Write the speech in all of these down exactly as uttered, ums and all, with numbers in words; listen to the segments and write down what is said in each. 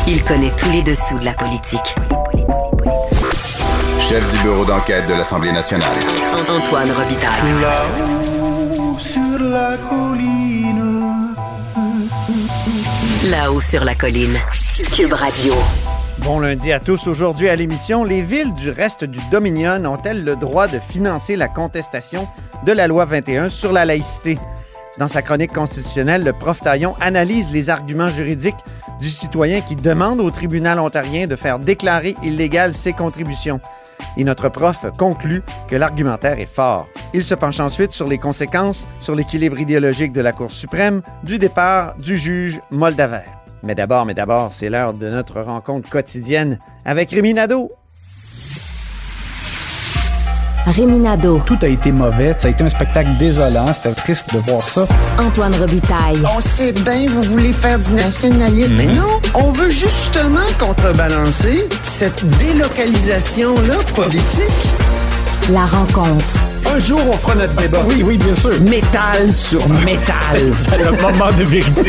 Il connaît tous les dessous de la politique. Chef du bureau d'enquête de l'Assemblée nationale. Antoine Robitaille. Là-haut sur la colline. Là-haut sur la colline. Cube Radio. Bon lundi à tous. Aujourd'hui à l'émission, les villes du reste du Dominion ont-elles le droit de financer la contestation de la loi vingt et un sur la laïcité? Dans sa chronique constitutionnelle, le prof Taillon analyse les arguments juridiques du citoyen qui demande au tribunal ontarien de faire déclarer illégales ses contributions. Et notre prof conclut que l'argumentaire est fort. Il se penche ensuite sur les conséquences sur l'équilibre idéologique de la Cour suprême du départ du juge Moldaver. Mais d'abord, mais d'abord, c'est l'heure de notre rencontre quotidienne avec Rémi Nadeau. Rémi Nadeau. Tout a été mauvais. Ça a été un spectacle désolant. C'était triste de voir ça. Antoine Robitaille. On sait bien, vous voulez faire du nationalisme. Mais non, on veut justement contrebalancer cette délocalisation-là politique. La rencontre. Un jour, on fera notre débat. Oui, oui, bien sûr. Métal sur métal. C'est le moment de vérité.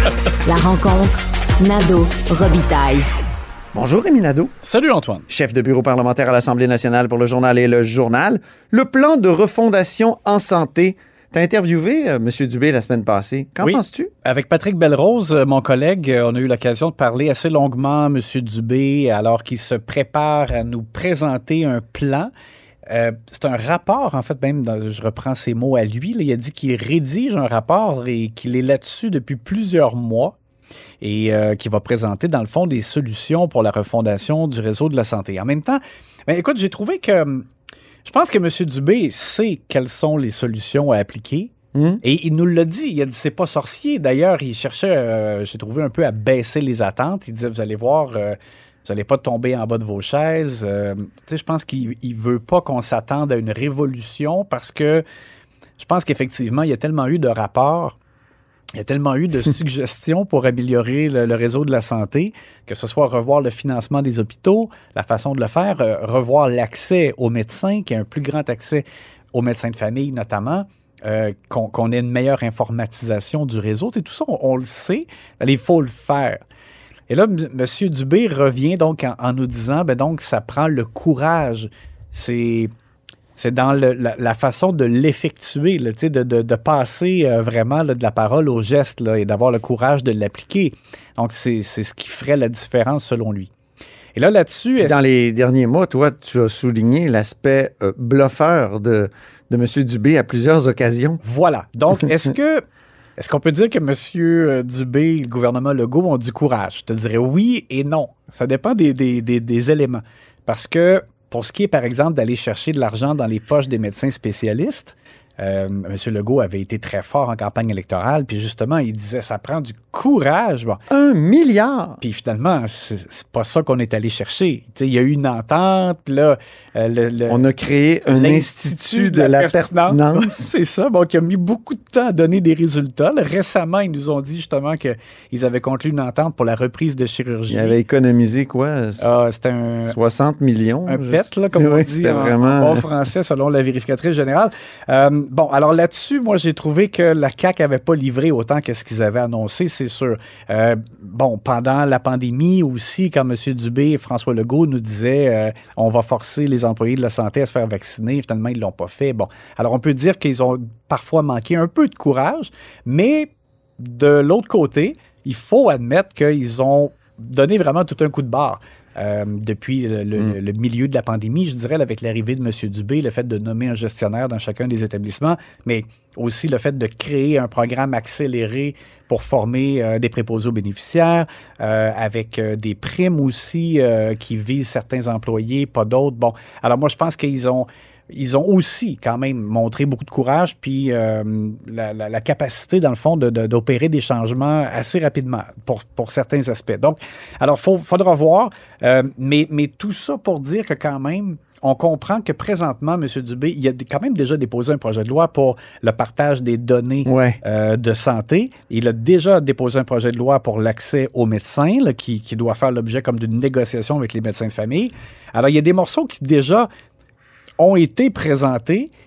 La rencontre. Nadeau. Robitaille. Bonjour Rémi Nadeau. Salut Antoine. Chef de bureau parlementaire à l'Assemblée nationale pour le journal et le journal. Le plan de refondation en santé. T'as interviewé euh, M. Dubé la semaine passée. Qu'en oui. penses-tu? Avec Patrick Belrose, mon collègue, on a eu l'occasion de parler assez longuement M. Dubé alors qu'il se prépare à nous présenter un plan. Euh, c'est un rapport, en fait, même, dans, je reprends ses mots à lui, là, il a dit qu'il rédige un rapport et qu'il est là-dessus depuis plusieurs mois. Et euh, qui va présenter, dans le fond, des solutions pour la refondation du réseau de la santé. En même temps, ben, écoute, j'ai trouvé que... Je pense que M. Dubé sait quelles sont les solutions à appliquer. Mmh. Et il nous l'a dit. Il a dit c'est pas sorcier. D'ailleurs, il cherchait, euh, j'ai trouvé un peu à baisser les attentes. Il disait, vous allez voir, euh, vous n'allez pas tomber en bas de vos chaises. Euh, tu sais, je pense qu'il ne veut pas qu'on s'attende à une révolution parce que je pense qu'effectivement, il y a tellement eu de rapports. Il y a tellement eu de suggestions pour améliorer le, le réseau de la santé, que ce soit revoir le financement des hôpitaux, la façon de le faire, euh, revoir l'accès aux médecins, qu'il y ait un plus grand accès aux médecins de famille notamment, euh, qu'on, qu'on ait une meilleure informatisation du réseau. Tu sais, tout ça, on, on le sait, mais il faut le faire. Et là, M. Dubé revient donc en, en nous disant, ben donc, ça prend le courage. C'est... C'est dans le, la, la façon de l'effectuer, là, de, de, de passer euh, vraiment là, de la parole au geste là, et d'avoir le courage de l'appliquer. Donc, c'est, c'est ce qui ferait la différence selon lui. Et là, là-dessus... Dans les derniers mois, toi, tu as souligné l'aspect euh, bluffeur de, de M. Dubé à plusieurs occasions. Voilà. Donc, est-ce que... Est-ce qu'on peut dire que M. Dubé et le gouvernement Legault ont du courage? Je te dirais oui et non. Ça dépend des, des, des, des éléments. Parce que pour ce qui est, par exemple, d'aller chercher de l'argent dans les poches des médecins spécialistes, euh, M. Legault avait été très fort en campagne électorale, puis justement, il disait ça prend du courage. Bon. Un milliard! Puis finalement, c'est, c'est pas ça qu'on est allé chercher. T'sais, il y a eu une entente, puis là... Euh, le, le, On a créé un institut de, de la, la pertinence. pertinence. C'est ça, bon, qui a mis beaucoup de temps à donner des résultats. Là, récemment, ils nous ont dit justement qu'ils avaient conclu une entente pour la reprise de chirurgie. Ils avaient économisé quoi? Ah, c'était un... soixante millions. Un pet, là, comme oui, on dit en, vraiment... en bon français, selon la vérificatrice générale. Euh, Bon, alors là-dessus, moi, j'ai trouvé que la C A Q n'avait pas livré autant que ce qu'ils avaient annoncé, c'est sûr. Euh, bon, pendant la pandémie aussi, quand M. Dubé et François Legault nous disaient euh, on va forcer les employés de la santé à se faire vacciner, finalement, ils ne l'ont pas fait. Bon, alors on peut dire qu'ils ont parfois manqué un peu de courage, mais de l'autre côté, il faut admettre qu'ils ont donné vraiment tout un coup de barre. Euh, depuis le, le, mm. le milieu de la pandémie, je dirais, avec l'arrivée de M. Dubé, le fait de nommer un gestionnaire dans chacun des établissements, mais aussi le fait de créer un programme accéléré pour former euh, des préposés aux bénéficiaires, euh, avec euh, des primes aussi euh, qui visent certains employés, pas d'autres. Bon, alors moi, je pense qu'ils ont... Ils ont aussi quand même montré beaucoup de courage puis euh, la, la, la capacité, dans le fond, de, de, d'opérer des changements assez rapidement pour, pour certains aspects. Donc, alors, il faudra voir, euh, mais, mais tout ça pour dire que quand même, on comprend que présentement, M. Dubé, il a quand même déjà déposé un projet de loi pour le partage des données ouais. euh, de santé. Il a déjà déposé un projet de loi pour l'accès aux médecins, là, qui, qui doit faire l'objet comme d'une négociation avec les médecins de famille. Alors, il y a des morceaux qui déjà ont été présentés,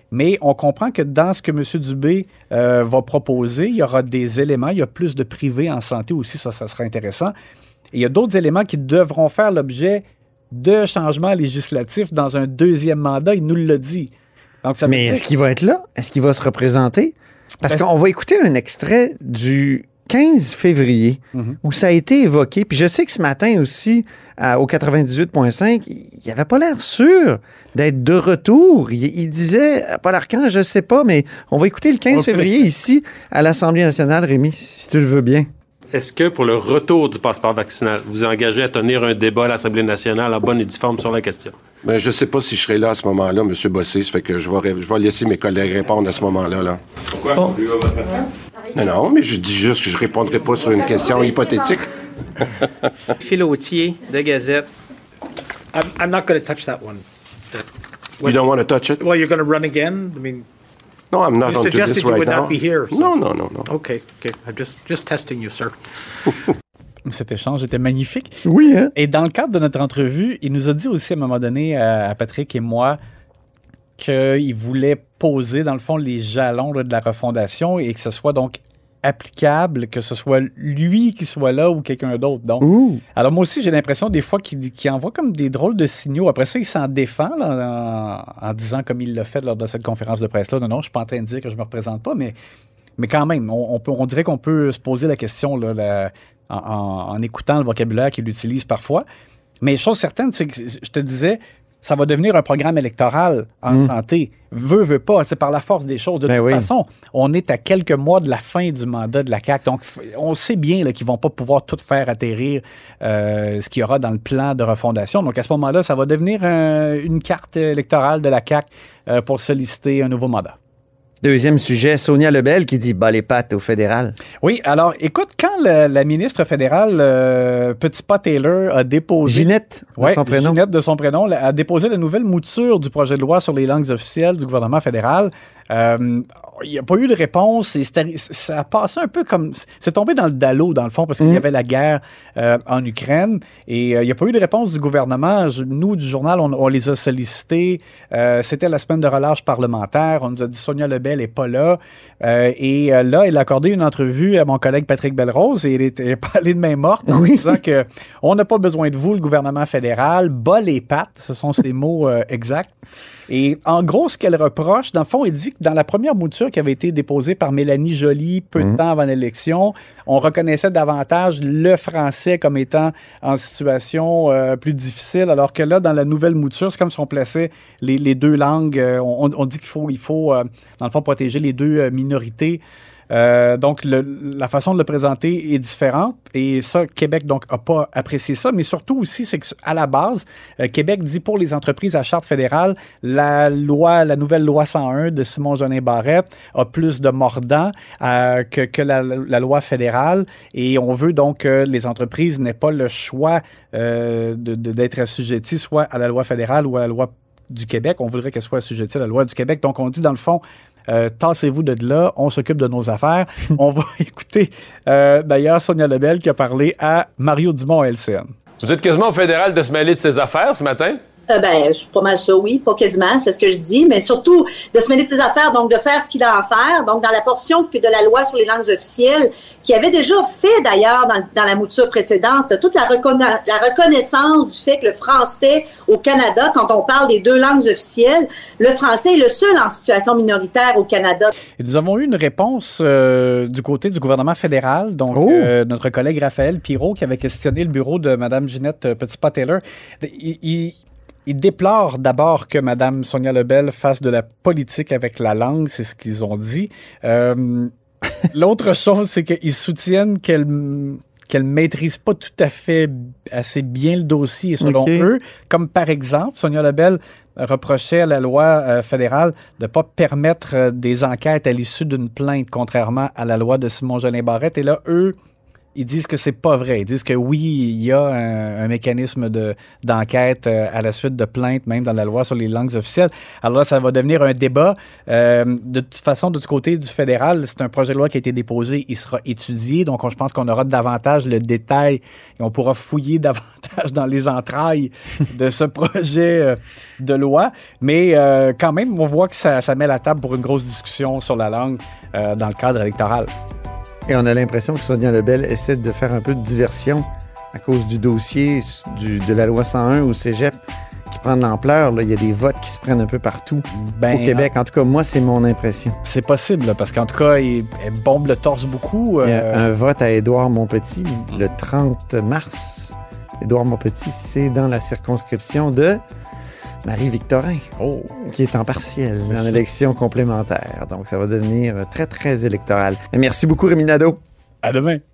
Mais on comprend que dans ce que M. Dubé euh, va proposer, il y aura des éléments, il y a plus de privé en santé aussi, ça, ça sera intéressant. Et il y a d'autres éléments qui devront faire l'objet de changements législatifs dans un deuxième mandat, il nous l'a dit. Donc, ça Mais est-ce qu'il va être là? Est-ce qu'il va se représenter? Parce ben, qu'on va écouter un extrait du quinze février mm-hmm. où ça a été évoqué. Puis je sais que ce matin aussi, à, au quatre-vingt-dix-huit virgule cinq, il n'avait pas l'air sûr d'être de retour. Il, il disait, Paul Arcand, je ne sais pas, mais on va écouter le quinze février ici à l'Assemblée nationale, Rémi, si tu le veux bien. Est-ce que pour le retour du passeport vaccinal, vous vous engagez à tenir un débat à l'Assemblée nationale en bonne et due forme sur la question? Ben, je ne sais pas si je serai là à ce moment-là, M. Bossé. Ça fait que je vais, je vais laisser mes collègues répondre à ce moment-là. Là. Pourquoi? Oh. Non, non, mais je dis juste que je ne répondrai pas sur une question hypothétique. Phil Autier, de Gazette. I'm, I'm not going to touch that one. That, you don't want to touch it? Well, you're going to run again? I mean... No, I'm not on to this right now. You suggested you would not be here. So. No, no, no, no. Okay, okay. I'm just, just testing you, sir. Cet échange était magnifique. Oui, hein? Et dans le cadre de notre entrevue, il nous a dit aussi à un moment donné, à Patrick et moi, qu'il voulait poser, dans le fond, les jalons là, de la refondation et que ce soit donc applicable, que ce soit lui qui soit là ou quelqu'un d'autre. Donc, Ouh. Alors moi aussi, j'ai l'impression des fois qu'il, qu'il envoie comme des drôles de signaux. Après ça, il s'en défend là, en, en disant, comme il l'a fait lors de cette conférence de presse-là, non, non, je suis pas en train de dire que je me représente pas, mais, mais quand même, on, on, peut, on dirait qu'on peut se poser la question là, la, en, en, en écoutant le vocabulaire qu'il utilise parfois. Mais chose certaine, c'est que je te disais, ça va devenir un programme électoral en mmh. santé. Veux, veux pas, c'est par la force des choses. De ben toute oui. façon, on est à quelques mois de la fin du mandat de la C A Q. Donc, on sait bien là, qu'ils vont pas pouvoir tout faire atterrir euh, ce qu'il y aura dans le plan de refondation. Donc, à ce moment-là, ça va devenir euh, une carte électorale de la C A Q euh, pour solliciter un nouveau mandat. Deuxième sujet, Sonia Lebel qui dit « bas les pattes au fédéral ». Oui, alors, écoute, quand la, la ministre fédérale euh, Petitpas-Taylor a déposé... Ginette, de ouais, son prénom. Ginette, de son prénom, a déposé la nouvelle mouture du projet de loi sur les langues officielles du gouvernement fédéral. Euh, il n'y a pas eu de réponse et ça a passé un peu comme... C'est tombé dans le dallo, dans le fond, parce qu'il mmh. y avait la guerre euh, en Ukraine et euh, il n'y a pas eu de réponse du gouvernement. Nous, du journal, on, on les a sollicités. Euh, c'était la semaine de relâche parlementaire. On nous a dit Sonia Lebel n'est pas là. Euh, et euh, là, elle a accordé une entrevue à mon collègue Patrick Belrose et elle était pas allée de main morte en oui. disant qu'on n'a pas besoin de vous, le gouvernement fédéral. Bas les pattes, ce sont ses mots euh, exacts. Et en gros, ce qu'elle reproche, dans le fond, elle dit que dans la première mouture qui avait été déposée par Mélanie Joly peu mmh. de temps avant l'élection, on reconnaissait davantage le français comme étant en situation euh, plus difficile, alors que là, dans la nouvelle mouture, c'est comme si on plaçait les, les deux langues. Euh, on, on dit qu'il faut, il faut euh, dans le fond, protéger les deux euh, minorités. Euh, donc, le, la façon de le présenter est différente et ça, Québec, donc, n'a pas apprécié ça. Mais surtout aussi, c'est qu'à la base, euh, Québec dit pour les entreprises à charte fédérale, la loi, la nouvelle loi cent un de Simon-Jolin Barrette a plus de mordant euh, que, que la, la loi fédérale et on veut donc que les entreprises n'aient pas le choix euh, de, de, d'être assujetties soit à la loi fédérale ou à la loi du Québec. On voudrait qu'elle soit assujettie à la loi du Québec. Donc, on dit, dans le fond, Euh, tassez-vous de là, on s'occupe de nos affaires. On va écouter euh, d'ailleurs Sonia Lebel qui a parlé à Mario Dumont à L C N. Vous êtes quasiment au fédéral de se mêler de ses affaires ce matin? Euh, ben, je suis pas mal ça, oui, pas quasiment, c'est ce que je dis, mais surtout de se mêler de ses affaires, donc de faire ce qu'il a à faire, donc dans la portion de la loi sur les langues officielles, qui avait déjà fait d'ailleurs dans, dans la mouture précédente, toute la, reconna- la reconnaissance du fait que le français au Canada, quand on parle des deux langues officielles, le français est le seul en situation minoritaire au Canada. Et nous avons eu une réponse euh, du côté du gouvernement fédéral, donc oh. euh, notre collègue Raphaël Pirot qui avait questionné le bureau de Mme Ginette Petitpas-Taylor. Il, il Il déplore d'abord que Mme Sonia Lebel fasse de la politique avec la langue, c'est ce qu'ils ont dit. Euh, l'autre chose, c'est qu'ils soutiennent qu'elle qu'elle maîtrise pas tout à fait assez bien le dossier, selon okay. eux. Comme par exemple, Sonia Lebel reprochait à la loi euh, fédérale de ne pas permettre euh, des enquêtes à l'issue d'une plainte, contrairement à la loi de Simon-Jolin Barrette. Et là, eux Ils disent que c'est pas vrai. Ils disent que oui, il y a un, un mécanisme de, d'enquête euh, à la suite de plaintes, même dans la loi sur les langues officielles. Alors là, ça va devenir un débat. Euh, de toute façon, de du côté du fédéral, c'est un projet de loi qui a été déposé. Il sera étudié. Donc, on, je pense qu'on aura davantage le détail et on pourra fouiller davantage dans les entrailles de ce projet euh, de loi. Mais euh, quand même, on voit que ça, ça met la table pour une grosse discussion sur la langue euh, dans le cadre électoral. Et on a l'impression que Sonia Lebel essaie de faire un peu de diversion à cause du dossier du, de la loi cent un au cégep qui prend de l'ampleur. Là. Il y a des votes qui se prennent un peu partout ben, au Québec. En tout cas, moi, c'est mon impression. C'est possible, là, parce qu'en tout cas, il, elle bombe le torse beaucoup. Euh... Il y a un vote à Édouard Montpetit le trente mars. Édouard Montpetit, c'est dans la circonscription de Marie-Victorin, oh. qui est en partiel, en élection complémentaire. Donc, ça va devenir très, très électoral. Merci beaucoup, Rémi Nadeau. À demain.